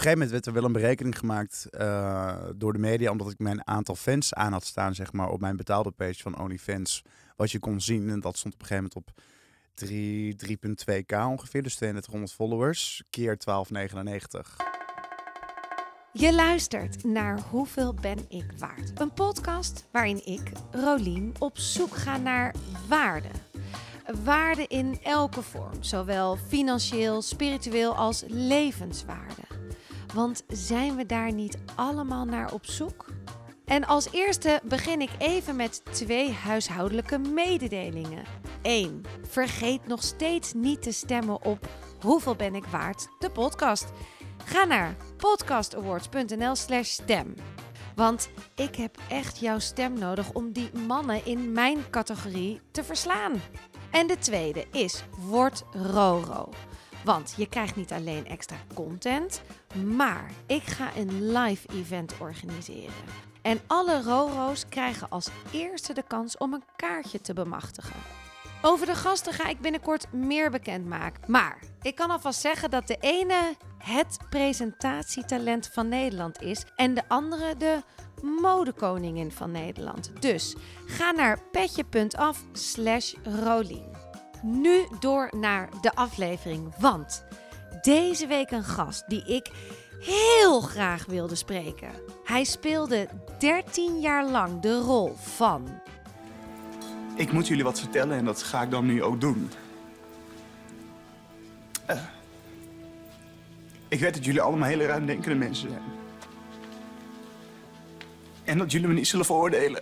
gegeven moment werd er wel een berekening gemaakt door de media, omdat ik mijn aantal fans aan had staan, zeg maar, op mijn betaalde page van OnlyFans. Wat je kon zien, en dat stond op een gegeven moment op 3,2k ongeveer, dus 3200 followers, keer 12,99. Je luistert naar Hoeveel ben ik waard? Een podcast waarin ik, Rolien, op zoek ga naar waarde. Waarde in elke vorm, zowel financieel, spiritueel als levenswaarde. Want zijn we daar niet allemaal naar op zoek? En als eerste begin ik even met 2 huishoudelijke mededelingen. 1. Vergeet nog steeds niet te stemmen op Hoeveel ben ik waard? De podcast. Ga naar podcastawards.nl/stem. Want ik heb echt jouw stem nodig om die mannen in mijn categorie te verslaan. En de tweede is Word Roro. Want je krijgt niet alleen extra content, maar ik ga een live event organiseren. En alle Roro's krijgen als eerste de kans om een kaartje te bemachtigen. Over de gasten ga ik binnenkort meer bekendmaken. Maar ik kan alvast zeggen dat de ene het presentatietalent van Nederland is en de andere de modekoningin van Nederland. Dus ga naar petje.af/Rolien. Nu door naar de aflevering, want deze week een gast die ik heel graag wilde spreken. Hij speelde 13 jaar lang de rol van... Ik moet jullie wat vertellen en dat ga ik dan nu ook doen. Ik weet dat jullie allemaal hele ruimdenkende mensen zijn. En dat jullie me niet zullen veroordelen.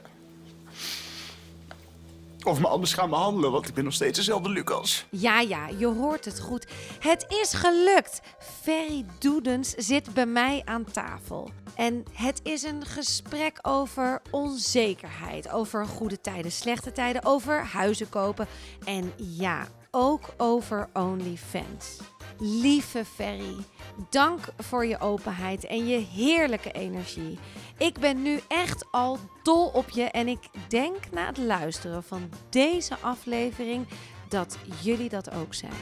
Of me anders gaan behandelen, want ik ben nog steeds dezelfde Lucas. Ja, je hoort het goed. Het is gelukt. Ferry Doedens zit bij mij aan tafel. En het is een gesprek over onzekerheid, over goede tijden, slechte tijden, over huizen kopen en ja, ook over OnlyFans. Lieve Ferry, dank voor je openheid en je heerlijke energie. Ik ben nu echt al dol op je en ik denk na het luisteren van deze aflevering dat jullie dat ook zijn.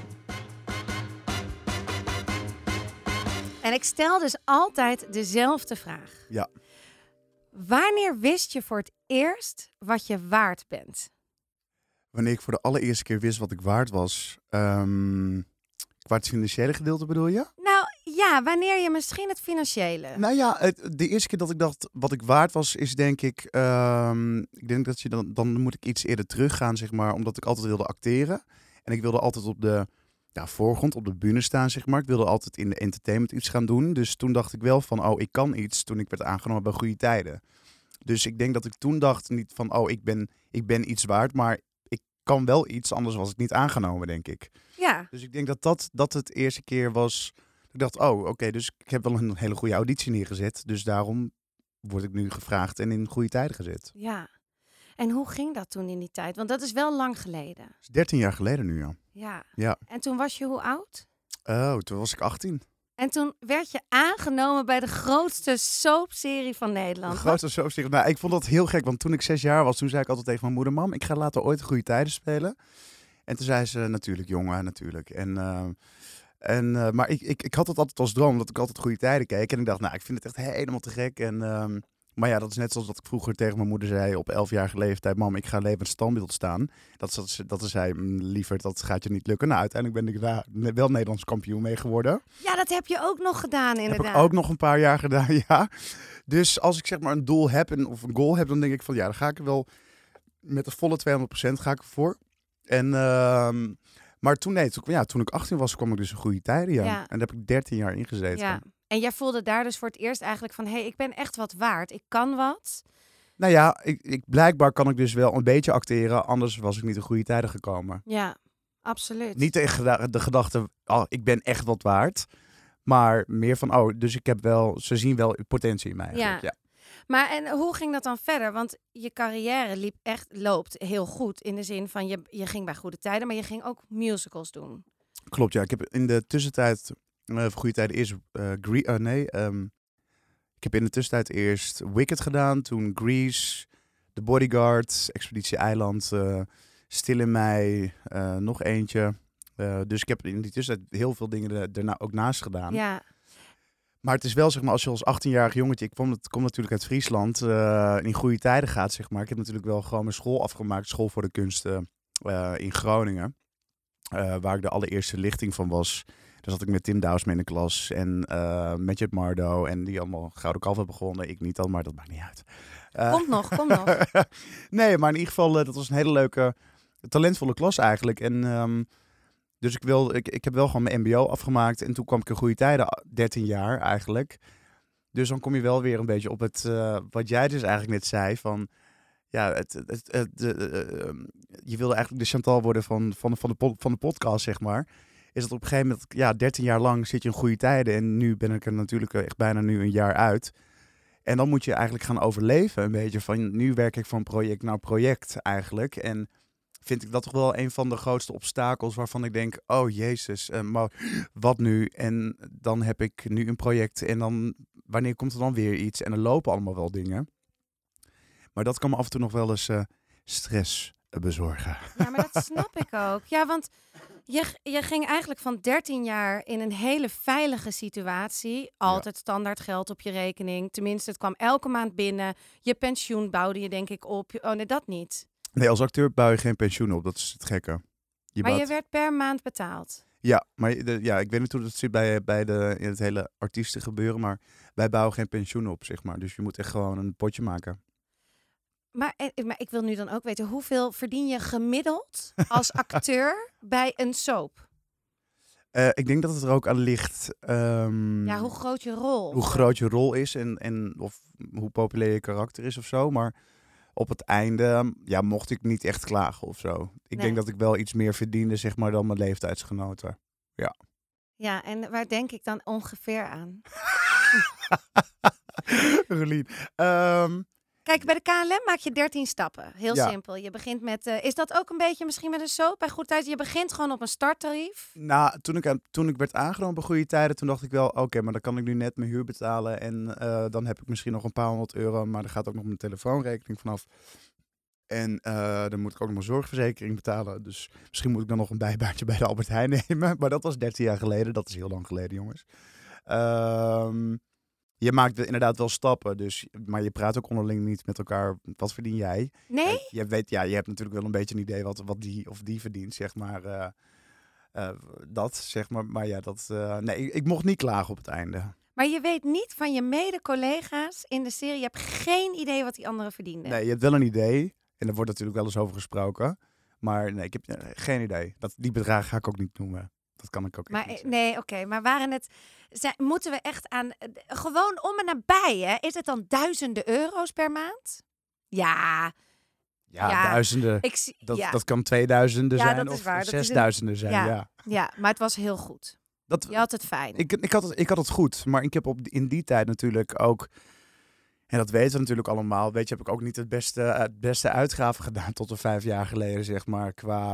En ik stel dus altijd dezelfde vraag. Ja. Wanneer wist je voor het eerst wat je waard bent? Wanneer ik voor de allereerste keer wist wat ik waard was, qua het financiële gedeelte bedoel je? Nou ja, wanneer je misschien het financiële... Nou ja, de eerste keer dat ik dacht wat ik waard was, is denk ik... ik denk dat dan moet ik iets eerder teruggaan, zeg maar. Omdat ik altijd wilde acteren. En ik wilde altijd op de voorgrond, op de bühne staan, zeg maar. Ik wilde altijd in de entertainment iets gaan doen. Dus toen dacht ik wel van, ik kan iets toen ik werd aangenomen bij Goede Tijden. Dus ik denk dat ik toen dacht niet van, ik ben iets waard. Maar ik kan wel iets, anders was ik niet aangenomen, denk ik. Ja. Dus ik denk dat het eerste keer was... Ik dacht, oké, dus ik heb wel een hele goede auditie neergezet. Dus daarom word ik nu gevraagd en in Goede Tijden gezet. Ja. En hoe ging dat toen in die tijd? Want dat is wel lang geleden. Dat is 13 jaar geleden nu, Ja. En toen was je hoe oud? Toen was ik 18. En toen werd je aangenomen bij de grootste soapserie van Nederland. De grootste soapserie. Nou, ik vond dat heel gek, want toen ik 6 jaar was, toen zei ik altijd tegen mijn moeder... Mam, ik ga later ooit Goede Tijden spelen. En toen zei ze, natuurlijk jongen, natuurlijk. Maar ik had het altijd als droom, dat ik altijd Goede Tijden keek. En ik dacht, ik vind het echt helemaal te gek. Maar ja, dat is net zoals dat ik vroeger tegen mijn moeder zei op 11-jarige leeftijd... Mam, ik ga levend standbeeld staan. Dat ze zei, lieverd, dat gaat je niet lukken. Nou, uiteindelijk ben ik daar wel Nederlands kampioen mee geworden. Ja, dat heb je ook nog gedaan inderdaad. Heb ik ook nog een paar jaar gedaan, ja. Dus als ik zeg maar een doel heb of een goal heb, dan denk ik van... Ja, dan ga ik er wel met de volle 200% ga ik ervoor. Maar toen ik 18 was, kwam ik dus in Goede Tijden. Ja. En daar heb ik 13 jaar in gezeten. Ja. En jij voelde daar dus voor het eerst eigenlijk van... ik ben echt wat waard. Ik kan wat. Nou ja, blijkbaar kan ik dus wel een beetje acteren. Anders was ik niet in Goede Tijden gekomen. Ja, absoluut. Niet de gedachte, ik ben echt wat waard. Maar meer van, dus ze zien wel potentie in mij eigenlijk. Ja. Maar en hoe ging dat dan verder? Want je carrière loopt heel goed. In de zin van, je ging bij Goede Tijden, maar je ging ook musicals doen. Klopt, ja. Ik heb in de tussentijd... Goede Tijden eerst ik heb in de tussentijd eerst Wicked gedaan, toen Grease, The Bodyguard, Expeditie Eiland, Stil in Mei, nog eentje. Dus ik heb in die tussentijd heel veel dingen daarna ook naast gedaan. Ja. Maar het is wel, zeg maar, als je als 18-jarig jongetje... Ik kom natuurlijk uit Friesland, in goede tijden gaat, zeg maar. Ik heb natuurlijk wel gewoon mijn school afgemaakt. School voor de kunsten in Groningen. Waar ik de allereerste lichting van was. Daar zat ik met Tim Douwsma in de klas. En met Jet Mardo. En die allemaal Gouden Kalf hebben begonnen. Ik niet al, maar dat maakt niet uit. Komt nog. Nee, maar in ieder geval, dat was een hele leuke, talentvolle klas eigenlijk. En dus ik heb wel gewoon mijn mbo afgemaakt. En toen kwam ik in goede tijden, 13 jaar eigenlijk. Dus dan kom je wel weer een beetje op het, wat jij dus eigenlijk net zei. Van, ja, je wilde eigenlijk de Chantal worden van de podcast, zeg maar. Is dat op een gegeven moment, ja, 13 jaar lang zit je in goede tijden. En nu ben ik er natuurlijk echt bijna nu een jaar uit. En dan moet je eigenlijk gaan overleven een beetje. Van nu werk ik van project naar project eigenlijk. En vind ik dat toch wel een van de grootste obstakels waarvan ik denk, oh jezus, maar wat nu? En dan heb ik nu een project en dan, wanneer komt er dan weer iets? En er lopen allemaal wel dingen. Maar dat kan me af en toe nog wel eens stress bezorgen. Ja, maar dat snap ik ook. Ja, want je ging eigenlijk van 13 jaar in een hele veilige situatie. Altijd standaard geld op je rekening. Tenminste, het kwam elke maand binnen. Je pensioen bouwde je denk ik op. Oh nee, dat niet. Nee, als acteur bouw je geen pensioen op. Dat is het gekke. Je werd per maand betaald. Ja, maar ik weet niet hoe dat zit in het hele artiesten gebeuren. Maar wij bouwen geen pensioen op, zeg maar. Dus je moet echt gewoon een potje maken. Maar ik wil nu dan ook weten, hoeveel verdien je gemiddeld als acteur bij een soap? Ik denk dat het er ook aan ligt. Hoe groot je rol? Hoe groot je rol is en of hoe populair je karakter is of zo. Maar op het einde mocht ik niet echt klagen of zo. Ik denk dat ik wel iets meer verdiende, zeg maar, dan mijn leeftijdsgenoten. Ja. Ja, en waar denk ik dan ongeveer aan? Rolien. Kijk, bij de KLM maak je 13 stappen. Heel simpel. Je begint met... is dat ook een beetje misschien met een soap bij Goede Tijden? Je begint gewoon op een starttarief. Nou, toen ik werd aangenomen bij Goede Tijden, toen dacht ik wel, oké, maar dan kan ik nu net mijn huur betalen. En dan heb ik misschien nog een paar €100, maar er gaat ook nog mijn telefoonrekening vanaf. En dan moet ik ook nog mijn zorgverzekering betalen. Dus misschien moet ik dan nog een bijbaantje bij de Albert Heijn nemen. Maar dat was 13 jaar geleden. Dat is heel lang geleden, jongens. Je maakt inderdaad wel stappen, maar je praat ook onderling niet met elkaar. Wat verdien jij? Nee? Je hebt natuurlijk wel een beetje een idee wat die of die verdient, zeg maar. Dat, zeg maar. Maar ja, nee, ik mocht niet klagen op het einde. Maar je weet niet van je mede-collega's in de serie. Je hebt geen idee wat die anderen verdienden. Nee, je hebt wel een idee. En er wordt natuurlijk wel eens over gesproken. Maar nee, ik heb geen idee. Die bedragen ga ik ook niet noemen. Dat kan ik ook niet zeggen. Nee, oké. Maar moeten we echt aan... Gewoon om en nabij, hè? Is het dan duizenden euro's per maand? Ja. Ja, duizenden. Dat kan 2000 zijn of 6000 zijn. Ja, maar het was heel goed. Je had het fijn. Ik had het goed. Maar ik heb in die tijd natuurlijk ook... En dat weten we natuurlijk allemaal. Weet je, heb ik ook niet het beste uitgaven gedaan tot 5 jaar geleden, zeg maar, qua...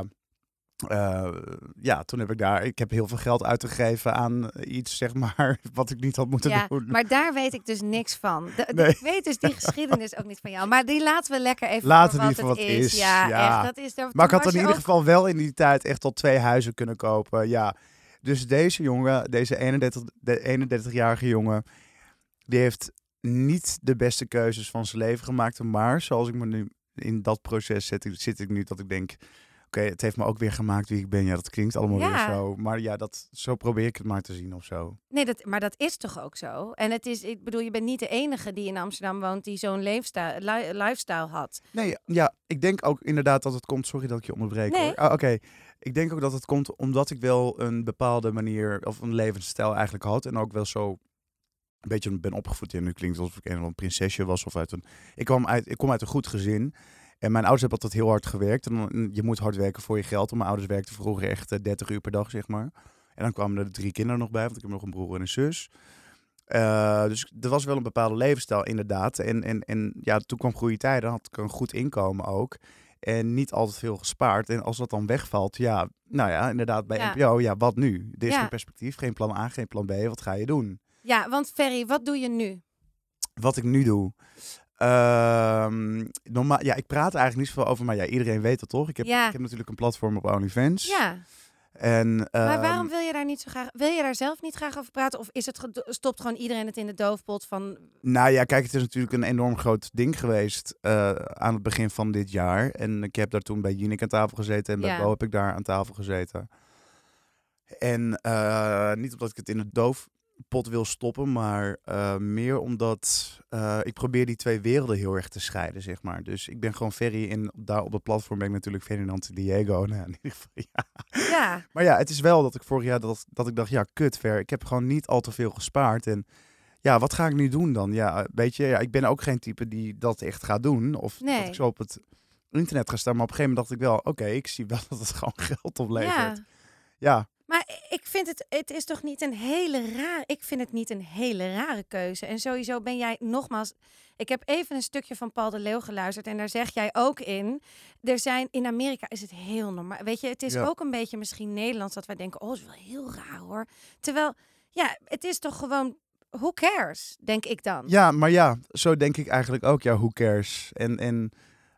toen heb ik heb heel veel geld uitgegeven aan iets, zeg maar, wat ik niet had moeten doen. Maar daar weet ik dus niks van. Ik weet dus die geschiedenis ook niet van jou. Maar die laten we lekker even voor wat het is. Ja, echt. Dat is maar ik had in ieder geval wel in die tijd echt al 2 huizen kunnen kopen. Ja. Dus deze jongen, deze 31-jarige jongen, die heeft niet de beste keuzes van zijn leven gemaakt. Maar zoals ik me nu in dat proces zit ik nu dat ik denk... Oké, het heeft me ook weer gemaakt wie ik ben. Ja, dat klinkt allemaal weer zo. Maar ja, zo probeer ik het maar te zien of zo. Nee, maar dat is toch ook zo? En het is, ik bedoel, je bent niet de enige die in Amsterdam woont die zo'n lifestyle had. Nee, ja, ik denk ook inderdaad dat het komt... Sorry dat ik je onderbreek. Nee. Oké. Ik denk ook dat het komt omdat ik wel een bepaalde manier of een levensstijl eigenlijk had. En ook wel zo een beetje ben opgevoed. Ja, nu klinkt het alsof ik een prinsesje was. Ik kom uit een goed gezin. En mijn ouders hebben altijd heel hard gewerkt. En je moet hard werken voor je geld. En mijn ouders werkten vroeger echt 30 uur per dag, zeg maar. En dan kwamen er 3 kinderen nog bij, want ik heb nog een broer en een zus. Dus er was wel een bepaalde levensstijl, inderdaad. En toen kwam goede tijden, had ik een goed inkomen ook. En niet altijd veel gespaard. En als dat dan wegvalt, inderdaad, bij NPO, wat nu? Er is geen perspectief, geen plan A, geen plan B. Wat ga je doen? Ja, want Ferry, wat doe je nu? Wat ik nu doe... ik praat eigenlijk niet zoveel over, maar iedereen weet dat toch? Ik heb natuurlijk een platform op OnlyFans. Ja. En, Maar waarom wil je daar niet zo graag... Wil je daar zelf niet graag over praten? Of is het stopt gewoon iedereen het in de doofpot van... Nou ja, kijk, het is natuurlijk een enorm groot ding geweest aan het begin van dit jaar. En ik heb daar toen bij Jinek aan tafel gezeten en bij Bo heb ik daar aan tafel gezeten. En niet omdat ik het in de doofpot wil stoppen, maar meer omdat ik probeer die twee werelden heel erg te scheiden, zeg maar. Dus ik ben gewoon Ferry en daar op het platform ben ik natuurlijk Ferdinand Diego. Nou, in ieder geval, Ja. Maar ja, het is wel dat ik vorig jaar dat ik dacht, ja, kut Fer, ik heb gewoon niet al te veel gespaard. En ja, wat ga ik nu doen dan? Ja, weet je, ja, ik ben ook geen type die dat echt gaat doen. Of dat ik zo op het internet ga staan. Maar op een gegeven moment dacht ik wel, oké, ik zie wel dat het gewoon geld oplevert. Ja. Maar ik vind het is toch niet een hele rare... Ik vind het niet een hele rare keuze. En sowieso ben jij nogmaals... Ik heb even een stukje van Paul de Leeuw geluisterd en daar zeg jij ook in. In Amerika is het heel normaal. Weet je, het is ook een beetje misschien Nederlands dat wij denken, dat is wel heel raar hoor. Terwijl, ja, het is toch gewoon, who cares, denk ik dan. Ja, maar ja, zo denk ik eigenlijk ook, ja, who cares. En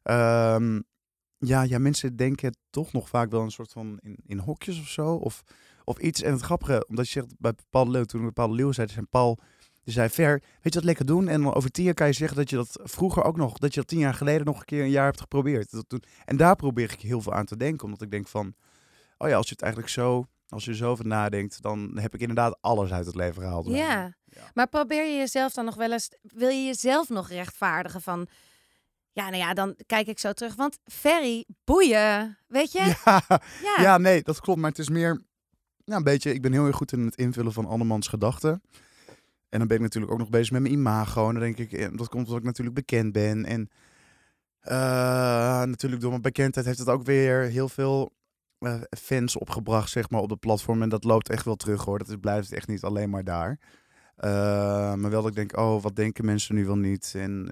ja, mensen denken toch nog vaak wel een soort van in hokjes of zo. Of iets. En het grappige, omdat je zegt bij Paul de Leeuw, toen we Paul de Leeuw zeiden, en Paul... Die zei, Ver, weet je wat lekker doen? En over 10 jaar kan je zeggen dat je dat vroeger ook nog... Dat je dat 10 jaar geleden nog een keer een jaar hebt geprobeerd. En daar probeer ik heel veel aan te denken. Omdat ik denk van... Oh ja, als je het eigenlijk zo... Als je er zo over nadenkt, dan heb ik inderdaad alles uit het leven gehaald. Ja. Maar probeer je jezelf dan nog wel eens... Wil je jezelf nog rechtvaardigen van... Ja, nou ja, dan kijk ik zo terug. Want Ferry, boeien, weet je? Ja, nee, dat klopt. Maar het is meer... Nou, een beetje... Ik ben heel erg goed in het invullen van andermans gedachten. En dan ben ik natuurlijk ook nog bezig met mijn imago. En dan denk ik, dat komt omdat ik natuurlijk bekend ben. En natuurlijk door mijn bekendheid heeft het ook weer heel veel fans opgebracht, zeg maar, op de platform. En dat loopt echt wel terug, hoor. Dat blijft echt niet alleen maar daar. Maar wel dat ik denk, wat denken mensen nu wel niet?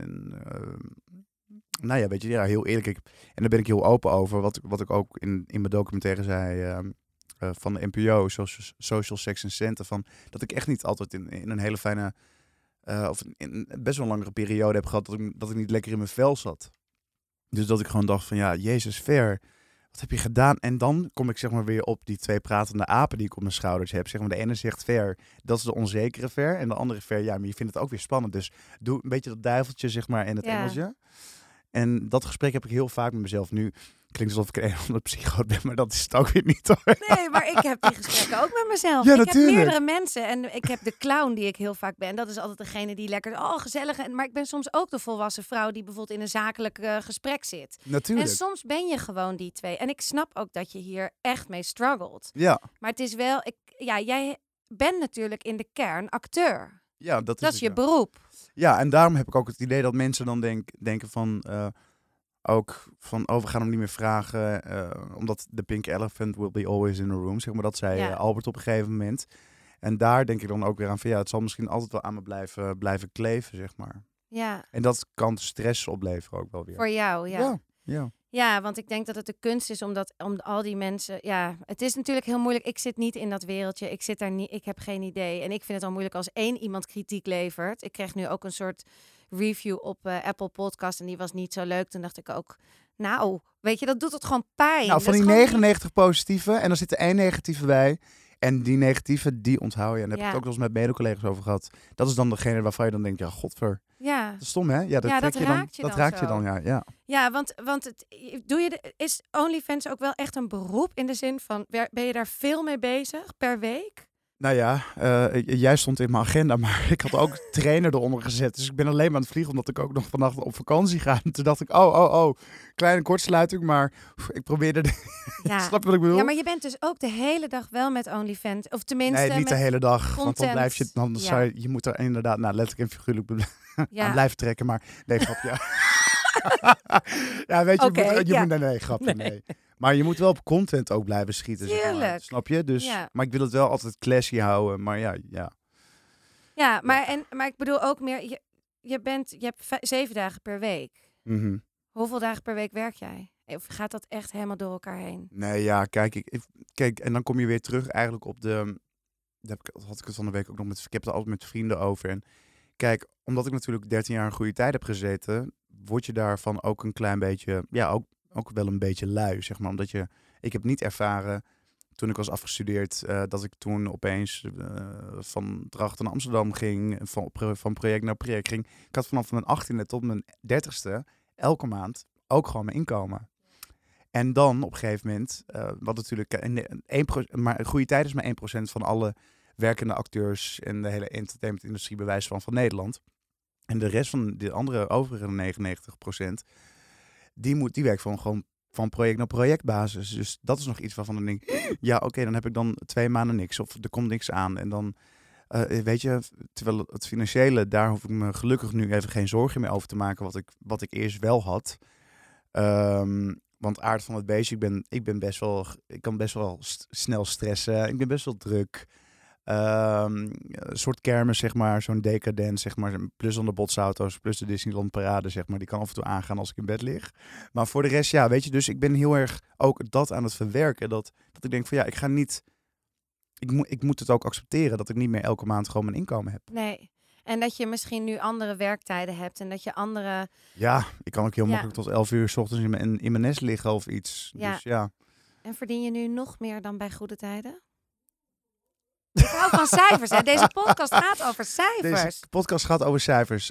Nou ja, weet je, ja, heel eerlijk. En daar ben ik heel open over. Wat ik ook in mijn documentaire zei... van de NPO, Social Sex and Center, van dat ik echt niet altijd in een hele fijne, of in best wel een langere periode heb gehad dat ik niet lekker in mijn vel zat. Dus dat ik gewoon dacht van, ja, Jezus, Ver, wat heb je gedaan? En dan kom ik zeg maar weer op die twee pratende apen die ik op mijn schouders heb. Zeg maar, de ene zegt Ver, dat is de onzekere Ver. En de andere Ver, ja, maar je vindt het ook weer spannend. Dus doe een beetje dat duiveltje, zeg maar, in het engeltje. En dat gesprek heb ik heel vaak met mezelf nu. Klinkt alsof ik een of andere psychoot ben, maar dat is het ook weer niet, hoor. Nee, maar ik heb die gesprekken ook met mezelf. Ja, ik natuurlijk. heb meerdere mensen en ik heb de clown die ik heel vaak ben. Dat is altijd degene die lekker, gezellig. Maar ik ben soms ook de volwassen vrouw die bijvoorbeeld in een zakelijk gesprek zit. Natuurlijk. En soms ben je gewoon die twee. En ik snap ook dat je hier echt mee struggelt. Ja. Maar het is wel, jij bent natuurlijk in de kern acteur. Ja, dat is je beroep. Ja, en daarom heb ik ook het idee dat mensen dan denken van... ook van, we gaan hem niet meer vragen, omdat de pink elephant will be always in the room, zeg maar. Dat zei Albert op een gegeven moment. En daar denk ik dan ook weer aan van, ja, het zal misschien altijd wel aan me blijven kleven, zeg maar. Ja. En dat kan stress opleveren ook wel weer. Voor jou, ja. Ja. Ja, want ik denk dat het de kunst is om al die mensen... Ja, het is natuurlijk heel moeilijk. Ik zit niet in dat wereldje. Ik zit daar niet. Ik heb geen idee. En ik vind het al moeilijk als één iemand kritiek levert. Ik kreeg nu ook een soort review op Apple Podcast en die was niet zo leuk. Toen dacht ik ook, nou, weet je, dat doet het gewoon pijn. Nou, van die 99 positieve en dan zit er 1 negatieve bij. En die negatieve, die onthoud je. En daar heb ik het ook wel eens met mede-collega's over gehad. Dat is dan degene waarvan je dan denkt, ja, godver. Ja. Dat is stom, hè? Ja, dat raakt je dan, ja. Ja, want is OnlyFans ook wel echt een beroep in de zin van, ben je daar veel mee bezig per week? Nou ja, jij stond in mijn agenda, maar ik had ook trainer eronder gezet. Dus ik ben alleen maar aan het vliegen, omdat ik ook nog vannacht op vakantie ga. En toen dacht ik, kleine kortsluiting, maar ik probeerde... Snap je wat ik bedoel? Ja, maar je bent dus ook de hele dag wel met OnlyFans, of tenminste... Nee, niet de hele dag, content. want dan blijf je... je moet er inderdaad, letterlijk en figuurlijk aan blijven trekken, maar nee, grapje. Ja, weet je, nee, grapje, nee. Maar je moet wel op content ook blijven schieten. Zeg maar. Snap je? Dus, maar ik wil het wel altijd classy houden. Maar ja. Ja, maar ik bedoel ook meer... Je hebt 7 dagen per week. Mm-hmm. Hoeveel dagen per week werk jij? Of gaat dat echt helemaal door elkaar heen? Nee, ja, kijk, en dan kom je weer terug eigenlijk op de... had ik het van de week ook nog met... Ik heb het altijd met vrienden over. En kijk, omdat ik natuurlijk 13 jaar een goede tijd heb gezeten... word je daarvan ook een klein beetje... Ja, ook wel een beetje lui, zeg maar. Omdat ik heb niet ervaren toen ik was afgestudeerd, dat ik toen opeens van Drachten naar Amsterdam ging. Van project naar project ging. Ik had vanaf mijn 18e tot mijn 30ste elke maand ook gewoon mijn inkomen. En dan op een gegeven moment, wat natuurlijk maar Goede Tijden is maar 1% van alle werkende acteurs en de hele entertainmentindustrie bewijs van Nederland. En de rest van de overige 99%, die werkt gewoon van project naar projectbasis. Dus dat is nog iets waarvan ik denk, ja oké, dan heb ik dan 2 maanden niks of er komt niks aan. En dan, weet je, terwijl het financiële, daar hoef ik me gelukkig nu even geen zorgen meer over te maken wat ik eerst wel had. Want aard van het beestje, ik kan best wel snel stressen. Ik ben best wel druk. Een soort kermis, zeg maar, zo'n decadent, zeg maar, plus dan de botsauto's, plus de Disneyland parade, zeg maar, die kan af en toe aangaan als ik in bed lig. Maar voor de rest, ja, weet je, dus ik ben heel erg ook dat aan het verwerken, dat ik denk van ja, ik moet het ook accepteren dat ik niet meer elke maand gewoon mijn inkomen heb. Nee. En dat je misschien nu andere werktijden hebt en dat je andere... Ja, ik kan ook heel makkelijk tot 11 uur 's ochtends in mijn nest liggen of iets. Ja. Dus ja. En verdien je nu nog meer dan bij Goede Tijden? Ik hou van cijfers, hè? Deze podcast gaat over cijfers. Deze podcast gaat over cijfers.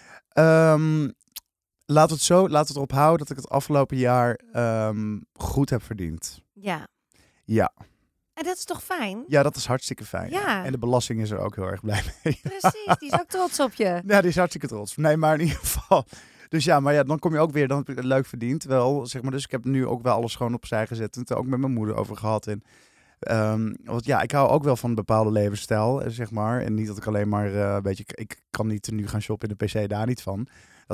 Laten we het erop houden dat ik het afgelopen jaar goed heb verdiend. Ja. Ja. En dat is toch fijn? Ja, dat is hartstikke fijn. Ja. En de belasting is er ook heel erg blij mee. Precies, die is ook trots op je. Ja, die is hartstikke trots. Nee, maar in ieder geval. Dus ja, maar ja, dan kom je ook weer, dan heb ik het leuk verdiend. Wel, zeg maar, dus ik heb nu ook wel alles gewoon opzij gezet. En het er ook met mijn moeder over gehad. En want ja, ik hou ook wel van een bepaalde levensstijl, zeg maar. En niet dat ik alleen maar, weet je, ik kan niet nu gaan shoppen in de PC, daar niet van.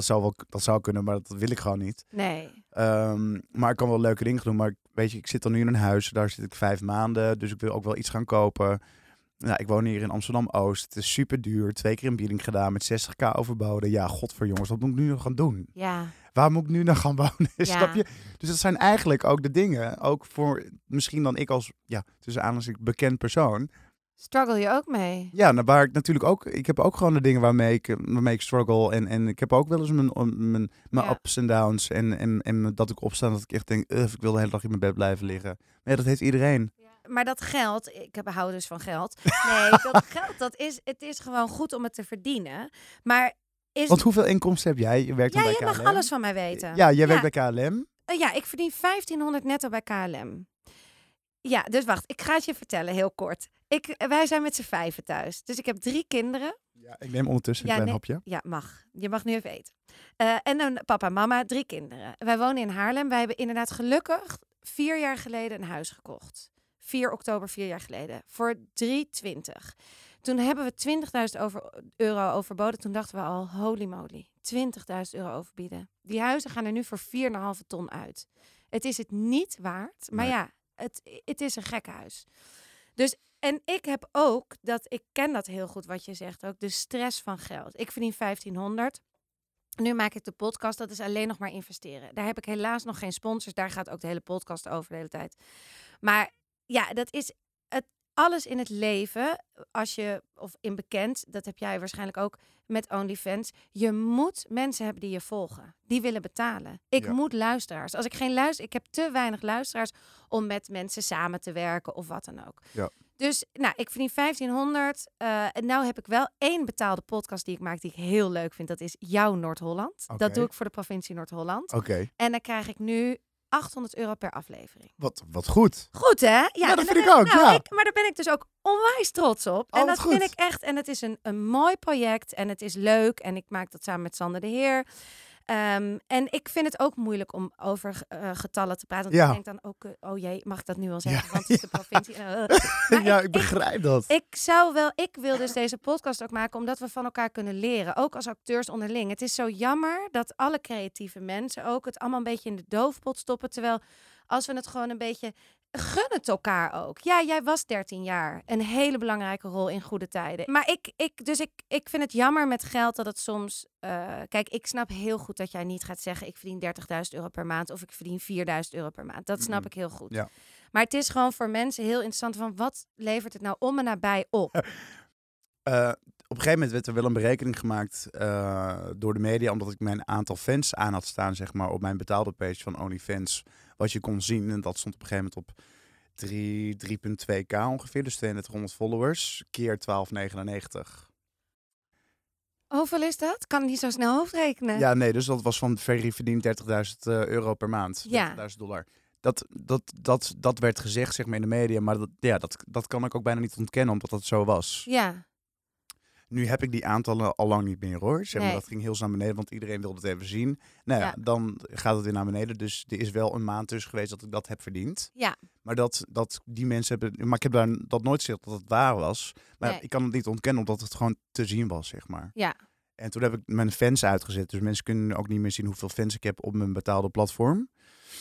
Dat zou kunnen, maar dat wil ik gewoon niet. Nee. Maar ik kan wel leuke dingen doen. Maar weet je, ik zit dan nu in een huis, daar zit ik 5 maanden. Dus ik wil ook wel iets gaan kopen. Nou, ik woon hier in Amsterdam-Oost. Het is super duur. 2 keer een bieding gedaan met 60.000 overboden. Ja, godverjongens, wat moet ik nu nog gaan doen? Ja. Waar moet ik nu nog gaan wonen? Ja. Snap je? Dus dat zijn eigenlijk ook de dingen. Ook voor misschien dan ik als, ja, tussen aanhalingstekens bekend persoon. Struggle je ook mee? Ja, nou, waar ik natuurlijk ook... Ik heb ook gewoon de dingen waarmee ik struggle. En ik heb ook wel eens mijn Ja. ups en downs. En dat ik opsta dat ik echt denk... ik wil de hele dag in mijn bed blijven liggen. Maar ja, dat heeft iedereen. Maar dat geld, ik hou dus van geld. Nee, dat geld, het is gewoon goed om het te verdienen. Maar Want hoeveel inkomsten heb jij? Je werkt dan ja, bij je KLM. mag alles van mij weten. Ja, jij werkt bij KLM. Ja, ik verdien 1500 netto bij KLM. Ja, dus wacht, ik ga het je vertellen, heel kort. Wij zijn met z'n 5 thuis. Dus ik heb 3 kinderen. Ja, ik neem ondertussen een klein hapje. Ja, mag. Je mag nu even eten. En dan papa, mama, 3 kinderen. Wij wonen in Haarlem. Wij hebben inderdaad gelukkig 4 jaar geleden een huis gekocht. 4 oktober, 4 jaar geleden. Voor 320. Toen hebben we 20.000 euro overboden. Toen dachten we al, holy moly, 20.000 euro overbieden. Die huizen gaan er nu voor 4,5 ton uit. Het is het niet waard. Maar Nee. ja, het is een gekke huis. Dus, en ik heb ook, ik ken dat heel goed wat je zegt ook, de stress van geld. Ik verdien 1500. Nu maak ik de podcast, dat is alleen nog maar investeren. Daar heb ik helaas nog geen sponsors. Daar gaat ook de hele podcast over de hele tijd. Maar ja, dat is alles in het leven, of in bekend, dat heb jij waarschijnlijk ook met OnlyFans. Je moet mensen hebben die je volgen. Die willen betalen. Ik moet luisteraars. Als ik geen ik heb te weinig luisteraars om met mensen samen te werken of wat dan ook. Ja. Dus, nou, ik verdien 1500. En nou heb ik wel 1 betaalde podcast die ik maak die ik heel leuk vind. Dat is Jouw Noord-Holland. Oké. Dat doe ik voor de provincie Noord-Holland. Oké. En dan krijg ik nu 800 euro per aflevering. Wat goed. Goed, hè? Ja, dat en vind ik ook, ja. maar daar ben ik dus ook onwijs trots op. Oh, En wat dat goed. vind ik echt. En het is een mooi project. En het is leuk. En ik maak dat samen met Sander de Heer. En ik vind het ook moeilijk om over getallen te praten. Want Ja. ik denk dan ook, oh jee, mag ik dat nu wel zeggen? Ja, Want het is de provincie. Maar Ja, ik begrijp dat. ik wil dus deze podcast ook maken omdat we van elkaar kunnen leren. Ook als acteurs onderling. Het is zo jammer dat alle creatieve mensen ook het allemaal een beetje in de doofpot stoppen. Terwijl als we het gewoon een beetje... Gun het elkaar ook. Ja, jij was 13 jaar. Een hele belangrijke rol in Goede Tijden. Maar ik vind het jammer met geld dat het soms... kijk, ik snap heel goed dat jij niet gaat zeggen... ik verdien 30.000 euro per maand of ik verdien 4.000 euro per maand. Dat snap ik heel goed. Ja. Maar het is gewoon voor mensen heel interessant van... wat levert het nou om en nabij op? Op een gegeven moment werd er wel een berekening gemaakt door de media... omdat ik mijn aantal fans aan had staan, zeg maar, op mijn betaalde page van OnlyFans... wat je kon zien. En dat stond op een gegeven moment op 3,2k ongeveer. Dus 3200 followers. Keer 12,99. Hoeveel is dat? Kan niet zo snel hoofdrekenen. Ja, nee, dus dat was van Ferry verdient €30.000 per maand. Ja. $30.000. Dat werd gezegd, zeg maar, in de media. Maar dat kan ik ook bijna niet ontkennen, omdat dat zo was. Ja. Nu heb ik die aantallen al lang niet meer, hoor. Zeg maar, Nee. dat ging heel snel naar beneden, want iedereen wilde het even zien. Nou ja, dan gaat het weer naar beneden. Dus er is wel een maand tussen geweest dat ik dat heb verdiend. Ja. Maar dat die mensen hebben... Maar ik heb daar dat nooit gezegd dat het waar was. Maar Nee. ik kan het niet ontkennen, omdat het gewoon te zien was, zeg maar. Ja. En toen heb ik mijn fans uitgezet. Dus mensen kunnen ook niet meer zien hoeveel fans ik heb op mijn betaalde platform.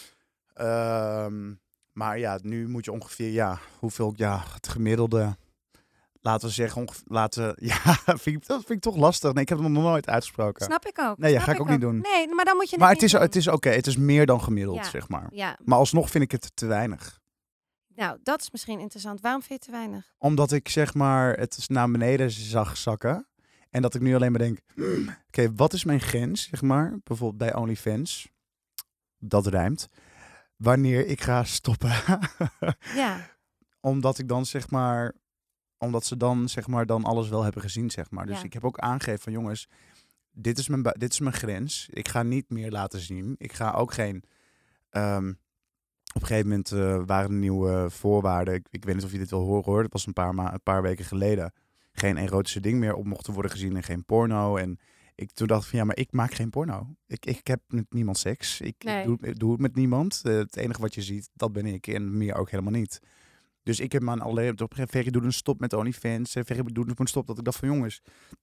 Maar ja, nu moet je ongeveer, hoeveel, het gemiddelde... Laten we zeggen, dat vind ik toch lastig. Nee, ik heb het nog nooit uitgesproken. Snap ik ook. Nee, Snap ga ik ook niet doen. Nee, maar dan moet je Maar het niet doen. het is oké. Het is meer dan gemiddeld, Ja. zeg maar. Ja. Maar alsnog vind ik het te weinig. Nou, dat is misschien interessant. Waarom vind je het te weinig? Omdat ik, zeg maar, het naar beneden zag zakken. En dat ik nu alleen maar denk, oké, wat is mijn grens, zeg maar? Bijvoorbeeld bij OnlyFans. Dat rijmt. Wanneer ik ga stoppen. Ja. Omdat ik dan, zeg maar... Omdat ze dan, zeg maar, dan alles wel hebben gezien, zeg maar. Dus Ja. ik heb ook aangegeven van, jongens, dit is mijn grens. Ik ga niet meer laten zien. Ik ga ook geen... op een gegeven moment waren er nieuwe voorwaarden. Ik weet niet of je dit wil horen, hoor. Dat was een paar weken geleden. Geen erotische ding meer op mochten worden gezien en geen porno. En toen dacht ik van, ja, maar ik maak geen porno. Ik heb met niemand seks. Ik doe het met niemand. Het enige wat je ziet, dat ben ik. En meer ook helemaal niet. Dus ik heb me alleen op Ferry doe een stop met OnlyFans. Ferry doe een stop, dat ik dacht van, jongens,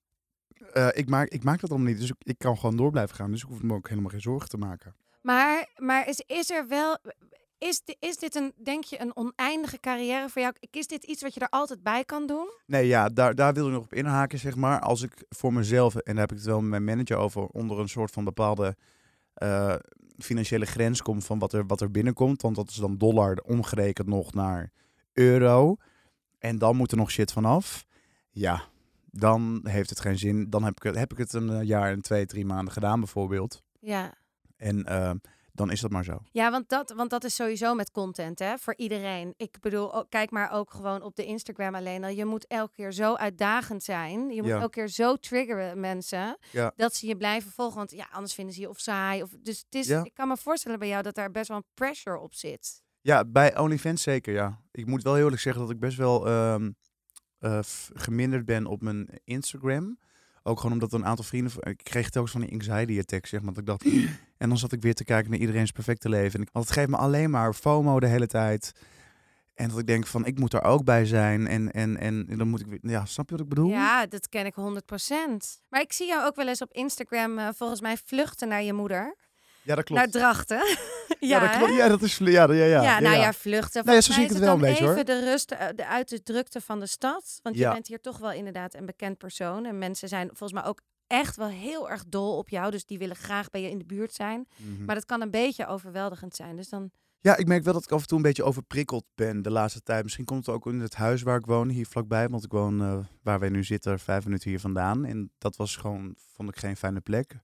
ik maak dat allemaal niet. Dus ik kan gewoon door blijven gaan. Dus ik hoef me ook helemaal geen zorgen te maken. Maar is er wel... Is dit denk je, een oneindige carrière voor jou? Is dit iets wat je er altijd bij kan doen? Nee, ja, daar wil ik nog op inhaken, zeg maar. Als ik voor mezelf, en daar heb ik het wel met mijn manager over, onder een soort van bepaalde financiële grens kom van wat er binnenkomt. Want dat is dan dollar omgerekend nog naar euro. En dan moet er nog shit vanaf. Ja, dan heeft het geen zin. Dan heb ik het een jaar en 2-3 maanden gedaan, bijvoorbeeld. Ja. En dan is dat maar zo. Ja, want dat is sowieso met content, hè, voor iedereen. Ik bedoel, kijk maar ook gewoon op de Instagram alleen al. Je moet elke keer zo uitdagend zijn. Je moet elke keer zo triggeren mensen, dat ze je blijven volgen. Want ja, anders vinden ze je of saai. Dus het is, ik kan me voorstellen bij jou dat daar best wel een pressure op zit. Ja, bij OnlyFans zeker, ja. Ik moet wel heel eerlijk zeggen dat ik best wel geminderd ben op mijn Instagram. Ook gewoon omdat een aantal vrienden... Ik kreeg telkens van die anxiety attacks, zeg maar. Dat ik dacht... En dan zat ik weer te kijken naar iedereen's perfecte leven. Want het geeft me alleen maar FOMO de hele tijd. En dat ik denk van, ik moet er ook bij zijn. En dan moet ik weer... Ja, snap je wat ik bedoel? Ja, dat ken ik 100%. Maar ik zie jou ook wel eens op Instagram volgens mij vluchten naar je moeder. Ja, dat klopt. Naar Drachten. Ja, dat klopt. Ja, dat is... Ja, vluchten. Nou ja, zo zie ik het wel een beetje, hoor. Even de rust uit de drukte van de stad. Want je bent hier toch wel inderdaad een bekend persoon. En mensen zijn volgens mij ook echt wel heel erg dol op jou. Dus die willen graag bij je in de buurt zijn. Mm-hmm. Maar dat kan een beetje overweldigend zijn. Dus dan... Ja, ik merk wel dat ik af en toe een beetje overprikkeld ben de laatste tijd. Misschien komt het ook in het huis waar ik woon, hier vlakbij. Want ik woon waar wij nu zitten, 5 minuten hier vandaan. En dat was gewoon, vond ik geen fijne plek.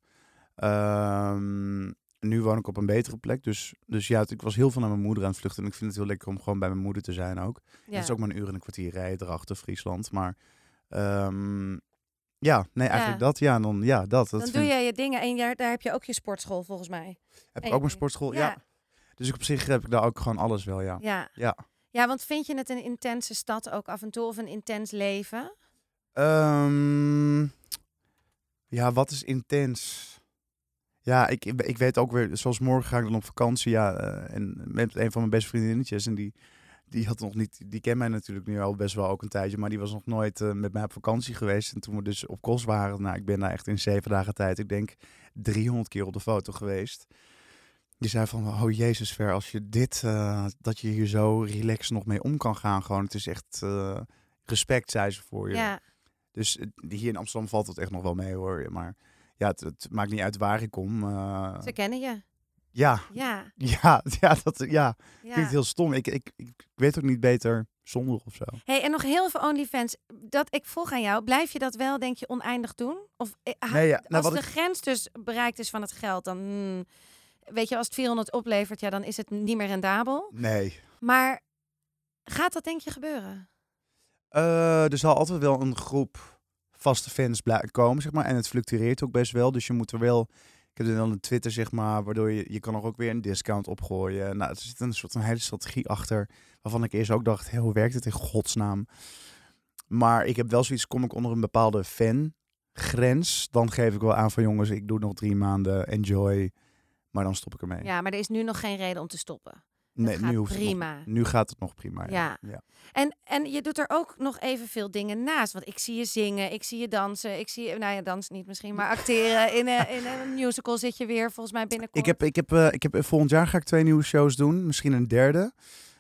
Nu woon ik op een betere plek. Dus ja, ik was heel veel naar mijn moeder aan het vluchten. En ik vind het heel lekker om gewoon bij mijn moeder te zijn ook. Ja. Het is ook maar een uur en een kwartier rijden erachter, Friesland. Maar eigenlijk dat. Ja, dat. Dan doe jij je dingen en daar heb je ook je sportschool volgens mij. Heb ik ook mijn sportschool, ja. Dus op zich heb ik daar ook gewoon alles wel, ja. Ja, want vind je het een intense stad ook af en toe of een intens leven? Ja, wat is intens? Ja, ik weet ook weer, zoals morgen ga ik dan op vakantie, en met een van mijn beste vriendinnetjes. En die had nog niet, die kent mij natuurlijk nu al best wel ook een tijdje, maar die was nog nooit met mij op vakantie geweest. En toen we dus op Kos waren, ik ben daar echt in 7 dagen tijd, ik denk 300 keer op de foto geweest. Die zei van, oh Jezus Ver, als je dat je hier zo relaxed nog mee om kan gaan, gewoon, het is echt respect, zei ze voor je. Ja. Dus hier in Amsterdam valt het echt nog wel mee, hoor. Maar ja, het maakt niet uit waar ik kom. Ze kennen je. Ja. Klinkt heel stom. Ik weet ook niet beter zonder of zo. Hey, en nog heel veel OnlyFans. Ik vroeg aan jou, blijf je dat wel, denk je, oneindig doen? Of als de grens dus bereikt is van het geld, dan... weet je, als het 400 oplevert, dan is het niet meer rendabel. Nee. Maar Gaat dat denk je gebeuren? Er zal altijd wel een groep vaste fans komen, zeg maar. En het fluctueert ook best wel. Dus je moet er wel... Ik heb er dan een Twitter, zeg maar, waardoor je kan er ook weer een discount opgooien. Nou, er zit een hele strategie achter, waarvan ik eerst ook dacht, hoe werkt het in godsnaam? Maar ik heb wel zoiets, kom ik onder een bepaalde fangrens, dan geef ik wel aan van jongens, ik doe nog 3 maanden, enjoy. Maar dan stop ik ermee. Ja, maar er is nu nog geen reden om te stoppen. Nee, gaat nu hoeft prima. Het nog, nu gaat het nog prima. Ja. En je doet er ook nog evenveel dingen naast. Want ik zie je zingen, ik zie je dansen. Ik zie je, nou ja, dansen niet misschien, maar acteren. In een musical zit je weer volgens mij binnenkort. Ik heb volgend jaar ga ik 2 nieuwe shows doen. Misschien een derde.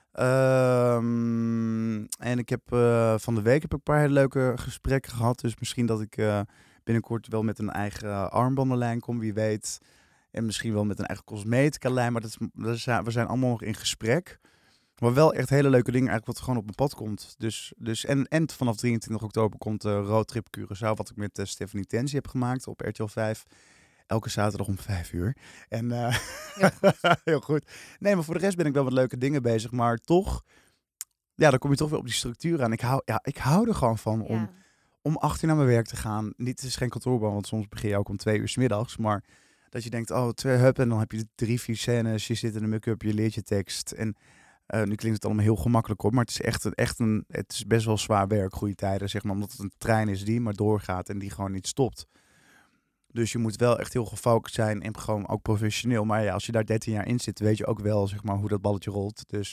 En ik heb van de week heb ik een paar hele leuke gesprekken gehad. Dus misschien dat ik binnenkort wel met een eigen armbandenlijn kom, wie weet. En misschien wel met een eigen cosmetica-lijn. Maar we zijn allemaal nog in gesprek. Maar wel echt hele leuke dingen eigenlijk wat gewoon op mijn pad komt. En vanaf 23 oktober komt Roadtrip Curaçao. Wat ik met Stephanie Tenzi heb gemaakt op RTL 5. Elke zaterdag om 5 uur. En heel goed. Nee, maar voor de rest ben ik wel met leuke dingen bezig. Maar toch, ja, dan kom je toch weer op die structuur aan. Ik hou er gewoon van om 8 uur naar mijn werk te gaan. Niet, het is geen kantoorbaan, want soms begin je ook om 2 uur 's middags. Maar dat je denkt, 2 hup, en dan heb je 3, 4 scènes. Je zit in de make-up, je leert je tekst. En nu klinkt het allemaal heel gemakkelijk op, maar het is het is best wel zwaar werk, goede tijden, zeg maar. Omdat het een trein is die maar doorgaat en die gewoon niet stopt. Dus je moet wel echt heel gefocust zijn en gewoon ook professioneel. Maar ja, als je daar 13 jaar in zit, weet je ook wel, zeg maar, hoe dat balletje rolt. Dus